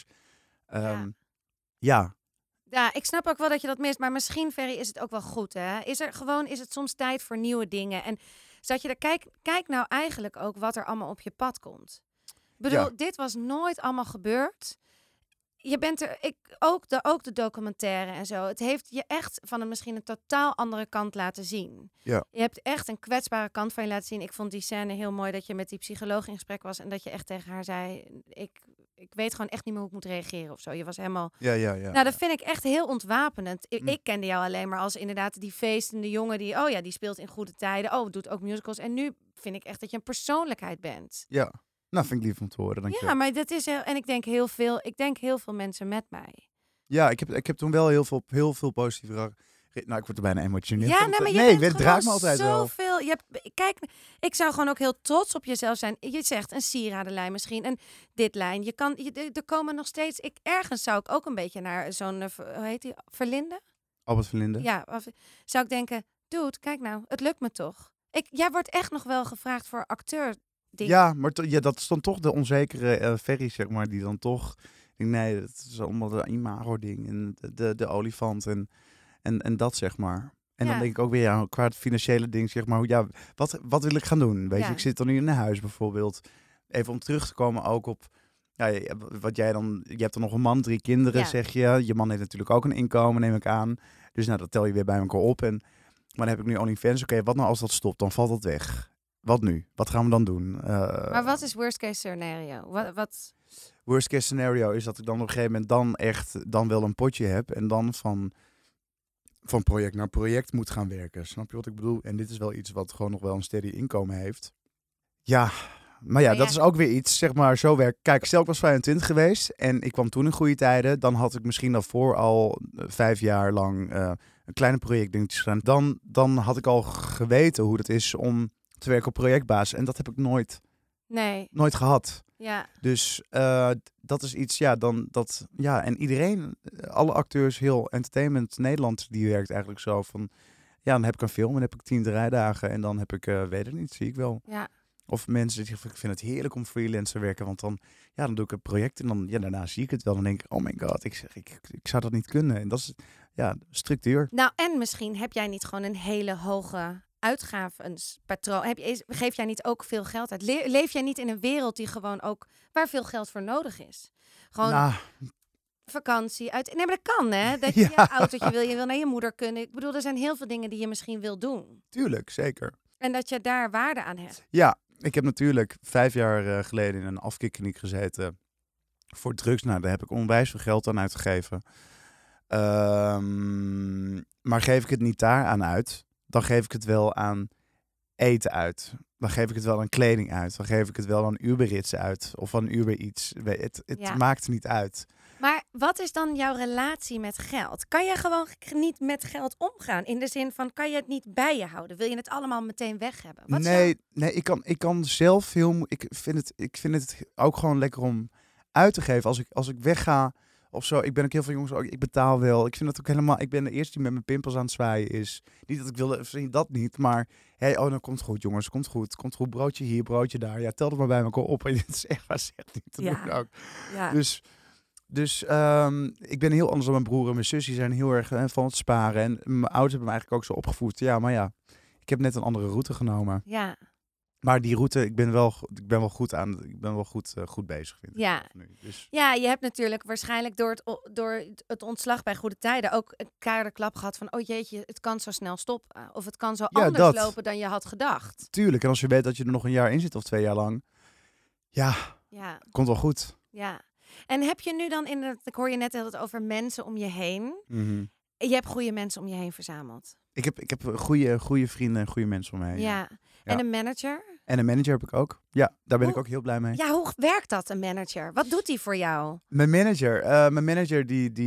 ja. Ja, ik snap ook wel dat je dat mist. Maar misschien, Ferry, is het ook wel goed, hè? Is het soms tijd voor nieuwe dingen? En zat je er, kijk nou eigenlijk ook wat er allemaal op je pad komt. Ik bedoel, dit was nooit allemaal gebeurd. Je bent ook de documentaire en zo. Het heeft je echt van misschien een totaal andere kant laten zien. Ja. Je hebt echt een kwetsbare kant van je laten zien. Ik vond die scène heel mooi dat je met die psycholoog in gesprek was en dat je echt tegen haar zei, ik weet gewoon echt niet meer hoe ik moet reageren of zo. Je was helemaal... Ja. Nou, dat vind ik echt heel ontwapenend. Ik kende jou alleen maar als inderdaad die feestende jongen die speelt in goede tijden. Doet ook musicals. En nu vind ik echt dat je een persoonlijkheid bent. Ja. Nou, vind ik lief om te horen. Dankjewel. Ja, maar dat is heel... En ik denk heel veel mensen met mij. Ja, ik heb toen wel heel veel positieve... Nou, ik word er bijna emotioneel. Ja, maar je draagt me altijd zoveel. Kijk, ik zou gewoon ook heel trots op jezelf zijn. Je zegt een sieradenlijn misschien, en dit lijn. Er komen nog steeds... Ergens zou ik ook een beetje naar zo'n... hoe heet die? Verlinde? Albert Verlinde? Ja, zou ik denken, dude, kijk nou, het lukt me toch. Jij wordt echt nog wel gevraagd voor acteur. Ja, maar dat is dan toch de onzekere Ferry, zeg maar, die dan toch... Nee, het is allemaal de imago-ding en de olifant en dat, zeg maar. En dan denk ik ook weer, qua het financiële ding, zeg maar, wat wil ik gaan doen? Weet je, ik zit dan nu in een huis bijvoorbeeld. Even om terug te komen ook op, wat jij dan, je hebt dan nog een man, 3 kinderen, zeg je. Je man heeft natuurlijk ook een inkomen, neem ik aan. Dus nou, dat tel je weer bij elkaar op. Maar dan heb ik nu OnlyFans. Oké, wat nou als dat stopt? Dan valt dat weg. Wat nu? Wat gaan we dan doen? Maar wat is worst case scenario? Wat? Worst case scenario is dat ik dan op een gegeven moment dan wel een potje heb en dan van project naar project moet gaan werken. Snap je wat ik bedoel? En dit is wel iets wat gewoon nog wel een steady inkomen heeft. Ja, maar dat is ook weer iets, zeg maar, zo werkt. Kijk, stel ik was 25 geweest en ik kwam toen in goede tijden, dan had ik misschien daarvoor al 5 jaar lang een kleine projectdingetje gedaan. Dan had ik al geweten hoe het is om te werken op projectbasis. En dat heb ik nooit gehad. Ja. Dus dat is iets, en iedereen, alle acteurs, heel Entertainment Nederland, die werkt eigenlijk zo van, dan heb ik een film en dan heb ik 10 draaidagen en dan heb ik, weet het niet, zie ik wel. Ja. Of mensen die zeggen, ik vind het heerlijk om freelance te werken, want dan doe ik een project en dan, daarna zie ik het wel. Dan denk ik, oh my god, ik zou dat niet kunnen. En dat is, structuur. Nou, en misschien heb jij niet gewoon een hele hoge uitgavenspatroon. Geef jij niet ook veel geld uit? Leef jij niet in een wereld die gewoon ook waar veel geld voor nodig is? Gewoon vakantie uit. Nee, maar dat kan, hè? Dat je je autootje je wil naar je moeder kunnen. Ik bedoel, er zijn heel veel dingen die je misschien wil doen. Tuurlijk, zeker. En dat je daar waarde aan hebt. Ja, ik heb natuurlijk 5 jaar geleden in een afkikkliniek gezeten voor drugs. Nou, daar heb ik onwijs veel geld aan uitgegeven. Maar geef ik het niet daar aan uit, dan geef ik het wel aan eten uit. Dan geef ik het wel aan kleding uit. Dan geef ik het wel aan Uber Eats uit. Of aan Uber iets. Het maakt niet uit. Maar wat is dan jouw relatie met geld? Kan je gewoon niet met geld omgaan? In de zin van, kan je het niet bij je houden? Wil je het allemaal meteen weg hebben? Wat is Nee, ik kan zelf ik vind het ook gewoon lekker om uit te geven. Als ik wegga of zo. Ik ben ook heel veel jongens, ook, ik betaal wel. Ik vind het ook helemaal, ik ben de eerste die met mijn pimpels aan het zwaaien is. Niet dat ik wilde, dat niet, maar dan komt het goed jongens, komt goed, broodje hier, broodje daar. Ja, tel het maar bij elkaar op. En dit is echt waar, zegt niet te doen ook. Ja. Dus ik ben heel anders dan mijn broer en mijn zus. Die zijn heel erg van het sparen. En mijn ouders hebben me eigenlijk ook zo opgevoed. Ja, maar ja, ik heb net een andere route genomen. Ja. Maar die route, ik ben wel goed bezig, vind ik. Ja. Nu. Dus, Ja, je hebt natuurlijk waarschijnlijk door het ontslag bij Goede Tijden ook een keiharde klap gehad van, oh jeetje, het kan zo snel stoppen. Of het kan zo anders lopen dan je had gedacht. tuurlijk. En als je weet dat je er nog een jaar in zit of 2 jaar lang. Ja, komt wel goed. Ja. En heb je nu dan ik hoor je net het over mensen om je heen. Mm-hmm. Je hebt goede mensen om je heen verzameld. Ik heb goede vrienden en goede mensen om me heen. Ja. En een manager? En een manager heb ik ook. Ja, daar ben ik ook heel blij mee. Ja, hoe werkt dat, een manager? Wat doet die voor jou? Mijn manager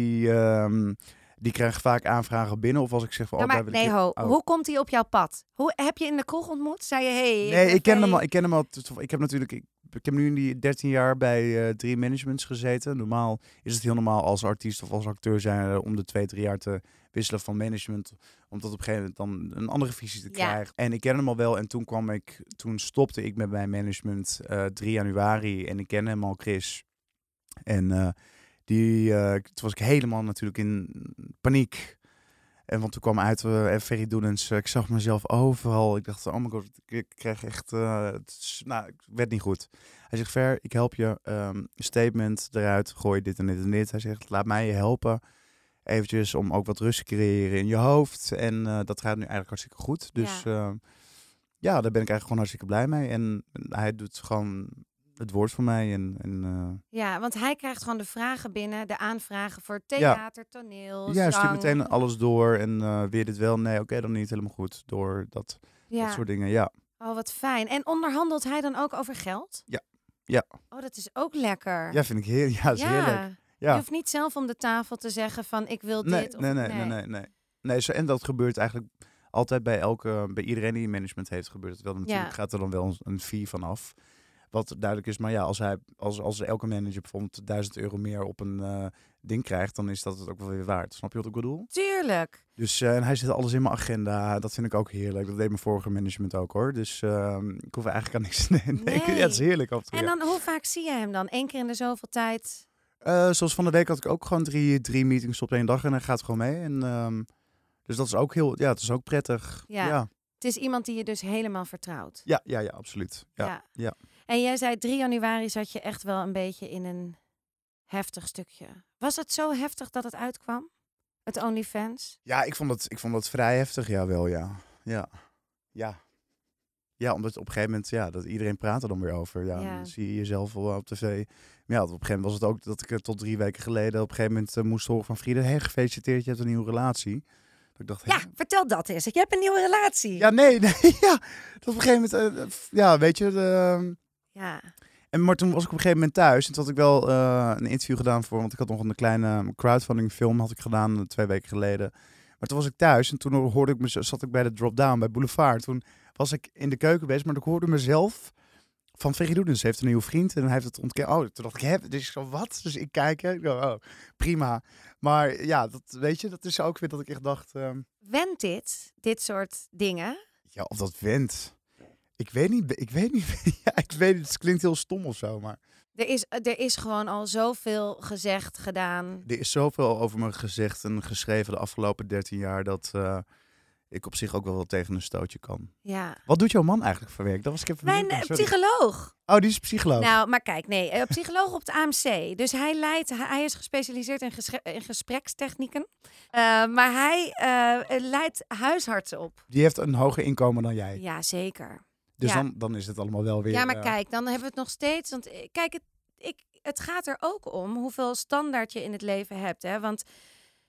die krijgt vaak aanvragen binnen. Of als ik zeg van... Hoe komt hij op jouw pad? Hoe heb je in de kroeg ontmoet? Zei je, Nee, ik ken hem al. Ik heb natuurlijk... Ik heb nu in die 13 jaar bij 3 managements gezeten. Normaal is het heel normaal als artiest of als acteur zijn om de 2-3 jaar te wisselen van management. Om tot op een gegeven moment dan een andere visie te krijgen. En ik ken hem al wel. En toen stopte ik met mijn management 3 januari. En ik ken hem al, Chris. En toen was ik helemaal natuurlijk in paniek. En want toen kwam uit Ferry Doedens. Ik zag mezelf overal. Ik dacht, oh my god, ik kreeg echt... het werd niet goed. Hij zegt, Fer, ik help je. Statement eruit, gooi dit en dit en dit. Hij zegt, laat mij je helpen. Eventjes om ook wat rust te creëren in je hoofd. En dat gaat nu eigenlijk hartstikke goed. Dus daar ben ik eigenlijk gewoon hartstikke blij mee. En hij doet gewoon het woord voor mij. Ja, want hij krijgt gewoon de vragen binnen, de aanvragen voor theater, toneel, ja, zang. stuurt meteen alles door. En weer dit wel? Nee, oké, dan niet helemaal goed. Door dat soort dingen, ja. Oh, wat fijn. En onderhandelt hij dan ook over geld? Ja. Oh, dat is ook lekker. Ja, vind ik heerlijk. Ja, dat is heerlijk. Ja. Je hoeft niet zelf om de tafel te zeggen van ik wil dit. Nee, en dat gebeurt eigenlijk altijd bij iedereen die management heeft gebeurd. Het wel. Natuurlijk gaat er dan wel een fee vanaf. Wat duidelijk is, maar ja, als elke manager bijvoorbeeld €1000 meer op een ding krijgt, dan is dat het ook wel weer waard. Snap je wat ik bedoel? Tuurlijk. Dus en hij zet alles in mijn agenda. Dat vind ik ook heerlijk. Dat deed mijn vorige management ook hoor. Dus ik hoef eigenlijk aan niks te nemen. Nee. Ja, het is heerlijk af en toe. En dan, hoe vaak zie je hem dan? 1 keer in de zoveel tijd? Zoals van de week had ik ook gewoon drie meetings op 1 dag en hij gaat gewoon mee. En, dus dat is ook het is ook prettig. Ja. Het is iemand die je dus helemaal vertrouwt. Ja, absoluut. Ja. En jij zei 3 januari zat je echt wel een beetje in een heftig stukje. Was het zo heftig dat het uitkwam? Het OnlyFans? Ja, ik vond het vrij heftig, jawel, ja. Ja, omdat op een gegeven moment, dat iedereen praat er dan weer over. Ja, dan zie je jezelf wel op tv. Maar ja, op een gegeven moment was het ook dat ik tot 3 weken geleden op een gegeven moment moest horen van Friede, hey, gefeliciteerd, je hebt een nieuwe relatie. Ik dacht, vertel dat eens. Je hebt een nieuwe relatie. Ja, nee, ja. Dat op een gegeven moment, weet je. Ja. Maar toen was ik op een gegeven moment thuis. En toen had ik wel een interview gedaan want ik had nog een kleine crowdfunding film had ik gedaan 2 weken geleden. Maar toen was ik thuis en toen zat ik bij de Drop-Down bij Boulevard. Toen was ik in de keuken bezig, maar ik hoorde mezelf van Ferry Doedens. Ze heeft een nieuwe vriend en hij heeft het ontkend. Oh, toen dacht ik, dus ik zo, wat? Dus ik kijk, ik dacht, oh, prima. Maar ja, dat is ook weer dat ik echt dacht... Wendt dit soort dingen? Ja, of dat wendt. Ik weet niet. Ja, ik weet niet. Het klinkt heel stom of zo, maar... Er is gewoon al zoveel gezegd, gedaan. Er is zoveel over me gezegd en geschreven de afgelopen 13 jaar... dat ik op zich ook wel tegen een stootje kan. Ja. Wat doet jouw man eigenlijk voor werk? Dat was ik even Mijn psycholoog. Oh, die is psycholoog. Nou, maar kijk, nee. Psycholoog op het AMC. Dus hij is gespecialiseerd in gesprekstechnieken. Maar hij leidt huisartsen op. Die heeft een hoger inkomen dan jij. Ja, zeker. Dus dan is het allemaal wel weer... Ja, maar kijk, dan hebben we het nog steeds... Want kijk, het gaat er ook om hoeveel standaard je in het leven hebt. Hè? Want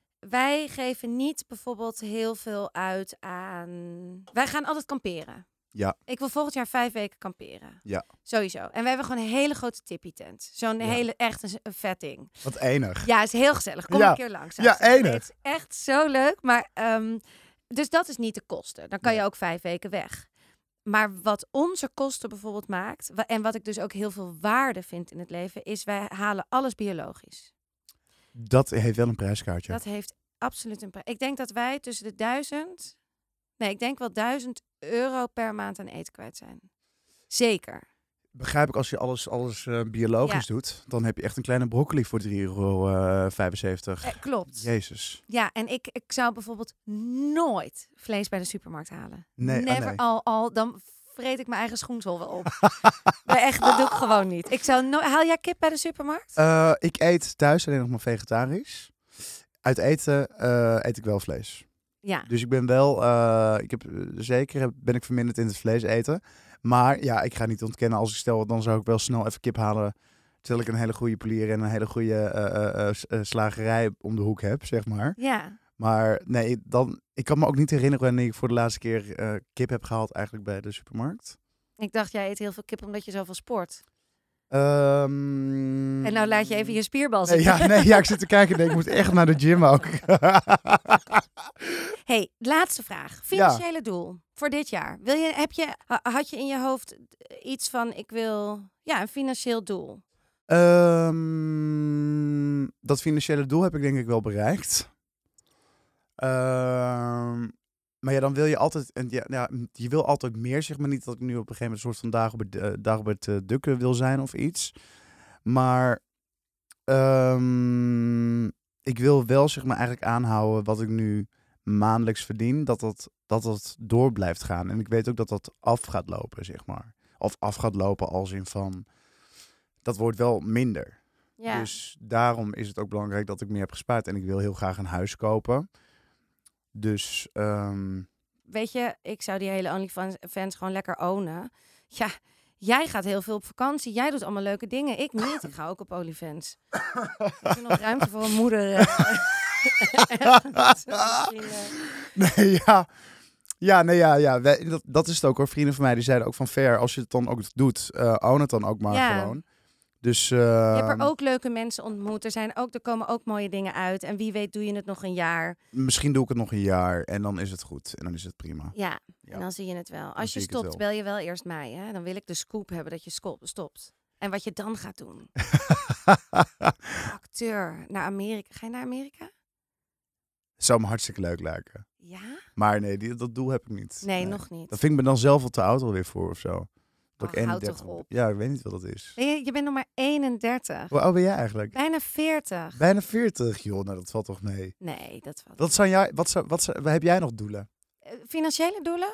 wij geven niet bijvoorbeeld heel veel uit aan... Wij gaan altijd kamperen. Ja. Ik wil volgend jaar 5 weken kamperen. Ja. Sowieso. En we hebben gewoon een hele grote tippie-tent. Zo'n hele, echt een vet ding. Wat enig. Ja, is heel gezellig. Kom Ja. een keer langs. Ja, enig. Het is echt zo leuk. Maar, dus dat is niet de kosten. Dan kan je ook 5 weken weg. Maar wat onze kosten bijvoorbeeld maakt... en wat ik dus ook heel veel waarde vind in het leven... is wij halen alles biologisch. Dat heeft wel een prijskaartje. Dat heeft absoluut een prijs. Ik denk dat wij tussen de 1000... Nee, ik denk wel €1000 per maand aan eten kwijt zijn. Zeker. Begrijp ik, als je alles biologisch doet, dan heb je echt een kleine broccoli voor €3,75. Klopt. Jezus. Ja, en ik zou bijvoorbeeld nooit vlees bij de supermarkt halen. Nee, Never, dan vreet ik mijn eigen schoensel wel op. Maar echt, dat doe ik gewoon niet. Haal jij kip bij de supermarkt? Ik eet thuis alleen nog maar vegetarisch. Uit eten eet ik wel vlees. Ja. Dus ik ben wel, zeker ben ik verminderd in het vlees eten. Maar ja, ik ga niet ontkennen, als ik stel, dan zou ik wel snel even kip halen. Terwijl ik een hele goede polier en een hele goede slagerij om de hoek heb, zeg maar. Ja. Maar nee, ik kan me ook niet herinneren wanneer ik voor de laatste keer kip heb gehaald eigenlijk bij de supermarkt. Ik dacht, jij eet heel veel kip omdat je zoveel sport. En nou laat je even je spierbal zien. Ik zit te kijken en denk, ik moet echt naar de gym ook. Hey, laatste vraag. Financiële doel voor dit jaar. Had je in je hoofd iets van, ik wil een financieel doel? Dat financiële doel heb ik denk ik wel bereikt. Maar ja, dan wil je altijd... je wil altijd meer, zeg maar. Niet dat ik nu op een gegeven moment een soort van Dagobert Duck wil zijn of iets. Maar ik wil wel, zeg maar, eigenlijk aanhouden wat ik nu maandelijks verdien. Dat door blijft gaan. En ik weet ook dat dat af gaat lopen, zeg maar. Of af gaat lopen als in van... Dat wordt wel minder. Ja. Dus daarom is het ook belangrijk dat ik meer heb gespaard. En ik wil heel graag een huis kopen. Dus... Weet je, ik zou die hele OnlyFans gewoon lekker ownen. Ja, jij gaat heel veel op vakantie. Jij doet allemaal leuke dingen. Ik niet. Ik ga ook op OnlyFans. Is er nog ruimte voor een moeder? Dat is het ook hoor. Vrienden van mij die zeiden ook van Ver, als je het dan ook doet, own het dan ook maar gewoon. Dus, je hebt er ook leuke mensen ontmoet. Er komen ook mooie dingen uit. En wie weet doe je het nog een jaar. Misschien doe ik het nog een jaar en dan is het goed. En dan is het prima. Ja. En dan zie je het wel. Als je stopt, bel je wel eerst mij. Hè? Dan wil ik de scoop hebben dat je stopt. En wat je dan gaat doen. Acteur naar Amerika. Ga je naar Amerika? Zou me hartstikke leuk lijken. Ja? Maar nee, dat doel heb ik niet. Nee, nog niet. Dat vind ik me dan zelf al te oud alweer voor of zo. Houd toch op. Ja, ik weet niet wat dat is. Je bent nog maar 31. Hoe oud ben jij eigenlijk? Bijna 40. Bijna 40, joh. Nou, dat valt toch mee. Nee, dat valt Wat heb jij nog doelen? Financiële doelen?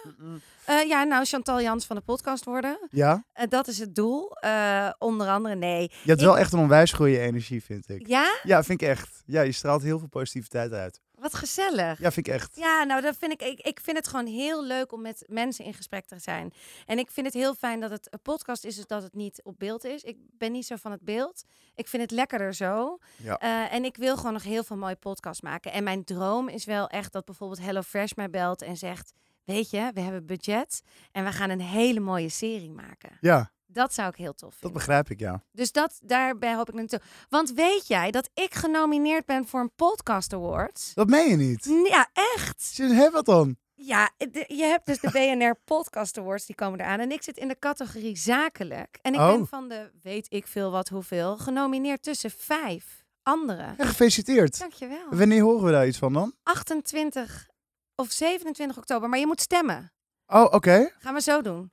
Chantal Jans van de podcast worden. Ja? Dat is het doel. Onder andere, nee. Je hebt wel echt een onwijs goede energie, vind ik. Ja? Ja, vind ik echt. Ja, je straalt heel veel positiviteit uit. Wat gezellig. Ja, vind ik echt. Ja, nou, dat vind ik vind het gewoon heel leuk om met mensen in gesprek te zijn. En ik vind het heel fijn dat het een podcast is, dus dat het niet op beeld is. Ik ben niet zo van het beeld. Ik vind het lekkerder zo. Ja. En ik wil gewoon nog heel veel mooie podcasts maken. En mijn droom is wel echt dat bijvoorbeeld HelloFresh mij belt en zegt... Weet je, we hebben budget en we gaan een hele mooie serie maken. Ja. Dat zou ik heel tof vinden. Dat begrijp ik, ja. Dus daarbij hoop ik naartoe. Want weet jij dat ik genomineerd ben voor een Podcast Award? Dat meen je niet? Ja, echt. Heb wat dan? Ja, je hebt dus de BNR Podcast Awards, die komen eraan. En ik zit in de categorie zakelijk. En ik ben van de, weet ik veel wat, hoeveel, genomineerd tussen 5 anderen. Ja, gefeliciteerd. Dankjewel. Wanneer horen we daar iets van dan? 28 of 27 oktober, maar je moet stemmen. Oh, oké. Gaan we zo doen.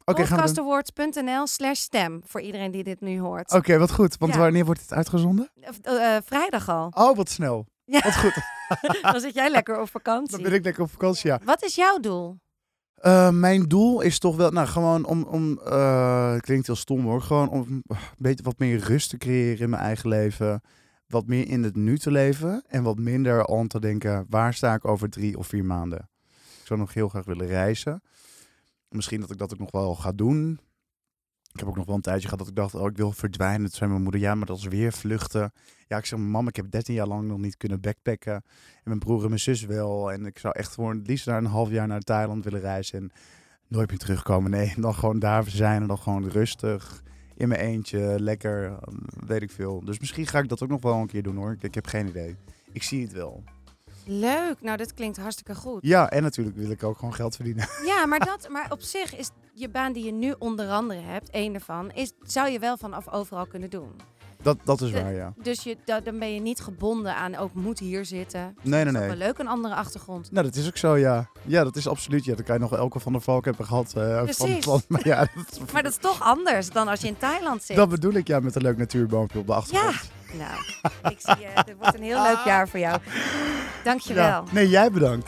Podcastawards.nl/stem voor iedereen die dit nu hoort. Oké, wat goed. Want Ja. wanneer wordt het uitgezonden? Vrijdag al. Oh, wat snel. Ja. Wat goed. Dan zit jij lekker op vakantie. Dan ben ik lekker op vakantie, ja. Wat is jouw doel? Mijn doel is toch wel, gewoon om het klinkt heel stom hoor, gewoon om een beetje wat meer rust te creëren in mijn eigen leven. Wat meer in het nu te leven en wat minder aan te denken, waar sta ik over 3 of 4 maanden? Ik zou nog heel graag willen reizen. Misschien dat ik dat ook nog wel ga doen. Ik heb ook nog wel een tijdje gehad dat ik dacht, ik wil verdwijnen. Toen zei mijn moeder, ja, maar dat is weer vluchten. Ja, ik zeg, mam, ik heb 13 jaar lang nog niet kunnen backpacken. En mijn broer en mijn zus wel. En ik zou echt gewoon het liefst naar een half jaar naar Thailand willen reizen. En Nooit meer terugkomen, nee. Dan gewoon daar zijn en dan gewoon rustig. In mijn eentje, lekker, weet ik veel. Dus misschien ga ik dat ook nog wel een keer doen hoor. Ik heb geen idee. Ik zie het wel. Leuk, nou dit klinkt hartstikke goed. Ja, en natuurlijk wil ik ook gewoon geld verdienen. Ja, maar op zich is je baan die je nu onder andere hebt, één ervan, zou je wel vanaf overal kunnen doen. Dat is waar, ja. Dus dan ben je niet gebonden aan ook moet hier zitten. Nee. Dat is wel leuk, een andere achtergrond. Nou, dat is ook zo, ja. Ja, dat is absoluut. Ja, dan kan je nog Elke van der Valk hebben gehad. Precies. Maar ja, Maar dat is toch anders dan als je in Thailand zit. dat bedoel ik, ja, met een leuk natuurboompje op de achtergrond. Ja, nou, ik zie je. Dit wordt een heel leuk jaar voor jou. Dankjewel. Ja. Nee, jij bedankt.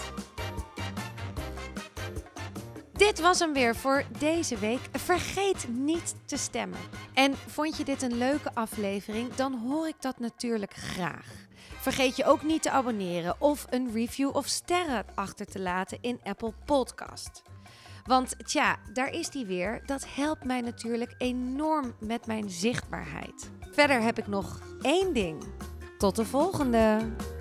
Dit was hem weer voor deze week. Vergeet niet te stemmen. En vond je dit een leuke aflevering? Dan hoor ik dat natuurlijk graag. Vergeet je ook niet te abonneren of een review of sterren achter te laten in Apple Podcast. Want daar is die weer. Dat helpt mij natuurlijk enorm met mijn zichtbaarheid. Verder heb ik nog één ding. Tot de volgende!